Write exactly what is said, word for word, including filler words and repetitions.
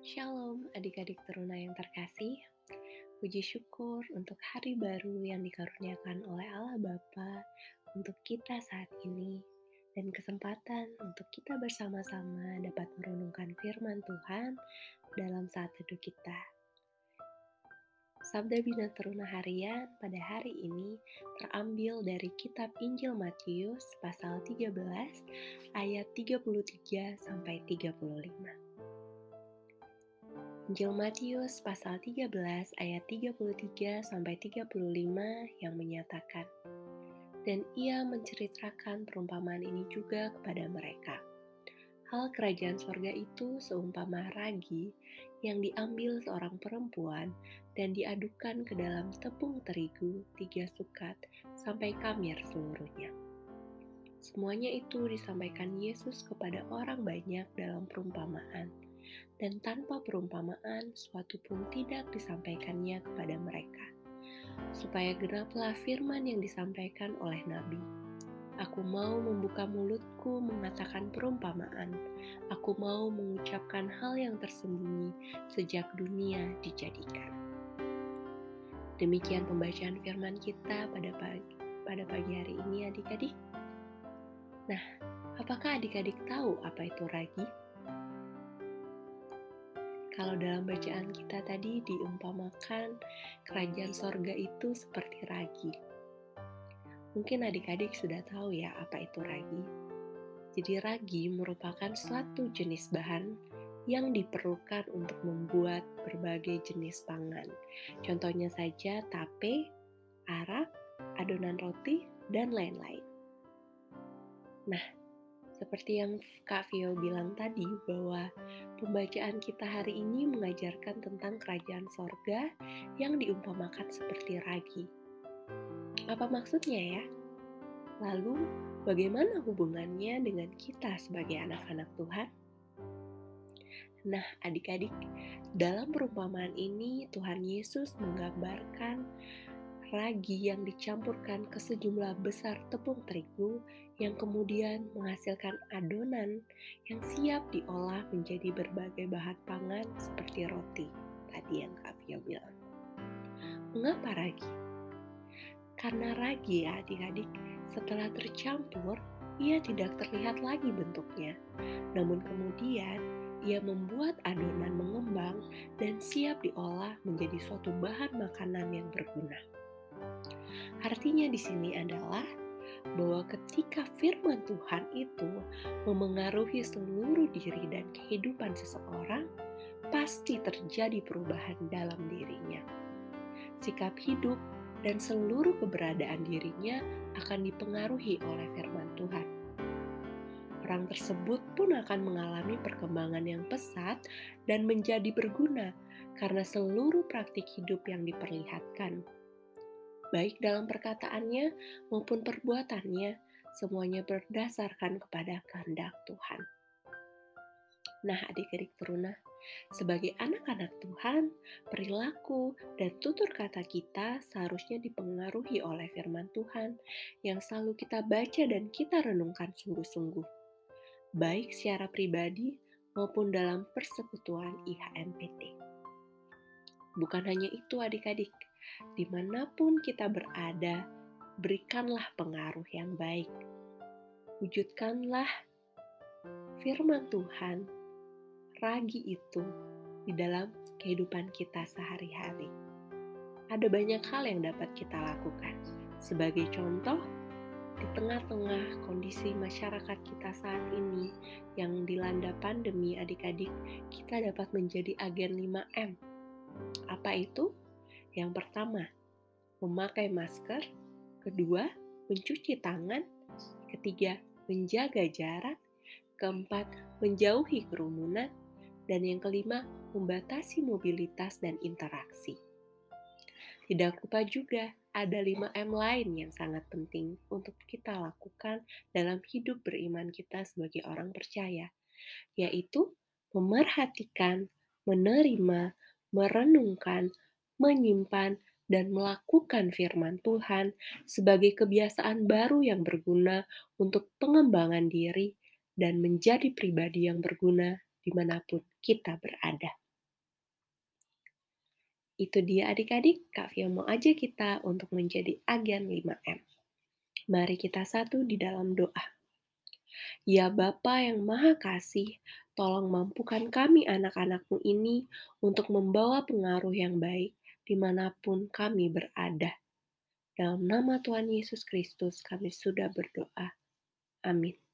Shalom adik-adik teruna yang terkasih. Puji syukur untuk hari baru yang dikaruniakan oleh Allah Bapa untuk kita saat ini dan kesempatan untuk kita bersama-sama dapat merenungkan firman Tuhan dalam saat teduh kita. Sabda Bina Teruna Harian pada hari ini terambil dari kitab Injil Matius pasal tiga belas ayat tiga puluh tiga sampai tiga puluh lima. Injil Matius pasal tiga belas ayat tiga puluh tiga sampai tiga puluh lima yang menyatakan, "Dan ia menceritakan perumpamaan ini juga kepada mereka. Hal kerajaan sorga itu seumpama ragi yang diambil seorang perempuan dan diadukan ke dalam tepung terigu tiga sukat sampai kamir seluruhnya." Semuanya itu disampaikan Yesus kepada orang banyak dalam perumpamaan. Dan tanpa perumpamaan, suatu pun tidak disampaikannya kepada mereka, supaya genaplah firman yang disampaikan oleh Nabi. Aku mau membuka mulutku mengatakan perumpamaan. Aku mau mengucapkan hal yang tersembunyi sejak dunia dijadikan. Demikian pembacaan firman kita pada pagi, pada pagi hari ini adik-adik. Nah, apakah adik-adik tahu apa itu ragi? Kalau dalam bacaan kita tadi diumpamakan kerajaan sorga itu seperti ragi. Mungkin adik-adik sudah tahu ya apa itu ragi. Jadi ragi merupakan suatu jenis bahan yang diperlukan untuk membuat berbagai jenis pangan. Contohnya saja tape, arak, adonan roti, dan lain-lain. Nah, seperti yang Kak Vio bilang tadi, bahwa pembacaan kita hari ini mengajarkan tentang kerajaan sorga yang diumpamakan seperti ragi. Apa maksudnya ya? Lalu, bagaimana hubungannya dengan kita sebagai anak-anak Tuhan? Nah, adik-adik, dalam perumpamaan ini Tuhan Yesus menggambarkan ragi yang dicampurkan ke sejumlah besar tepung terigu yang kemudian menghasilkan adonan yang siap diolah menjadi berbagai bahan pangan seperti roti. Tadi yang Kak Vio bilang. Mengapa ragi? Karena ragi ya adik-adik, setelah tercampur, ia tidak terlihat lagi bentuknya. Namun kemudian, ia membuat adonan mengembang dan siap diolah menjadi suatu bahan makanan yang berguna. Artinya di sini adalah bahwa ketika firman Tuhan itu memengaruhi seluruh diri dan kehidupan seseorang, pasti terjadi perubahan dalam dirinya. Sikap hidup dan seluruh keberadaan dirinya akan dipengaruhi oleh firman Tuhan. Orang tersebut pun akan mengalami perkembangan yang pesat dan menjadi berguna karena seluruh praktik hidup yang diperlihatkan, baik dalam perkataannya maupun perbuatannya, semuanya berdasarkan kepada kehendak Tuhan. Nah, adik-adik teruna, sebagai anak-anak Tuhan, perilaku dan tutur kata kita seharusnya dipengaruhi oleh firman Tuhan yang selalu kita baca dan kita renungkan sungguh-sungguh, baik secara pribadi maupun dalam persekutuan I H M P T. Bukan hanya itu adik-adik, dimanapun kita berada, berikanlah pengaruh yang baik. Wujudkanlah firman Tuhan, ragi itu, di dalam kehidupan kita sehari-hari. Ada banyak hal yang dapat kita lakukan. Sebagai contoh, di tengah-tengah kondisi masyarakat kita saat ini yang dilanda pandemi adik-adik, kita dapat menjadi agen lima M. Apa itu? Yang pertama, memakai masker. Kedua, mencuci tangan. Ketiga, menjaga jarak. Keempat, menjauhi kerumunan. Dan yang kelima, membatasi mobilitas dan interaksi. Tidak lupa juga, ada lima M lain yang sangat penting untuk kita lakukan dalam hidup beriman kita sebagai orang percaya, yaitu memerhatikan, menerima, merenungkan, menyimpan, dan melakukan firman Tuhan sebagai kebiasaan baru yang berguna untuk pengembangan diri dan menjadi pribadi yang berguna dimanapun kita berada. Itu dia adik-adik, Kak Via mau ajak kita untuk menjadi agen lima M. Mari kita satu di dalam doa. Ya Bapa yang Maha Kasih, tolong mampukan kami anak-anakmu ini untuk membawa pengaruh yang baik dimanapun kami berada. Dalam nama Tuhan Yesus Kristus kami sudah berdoa. Amin.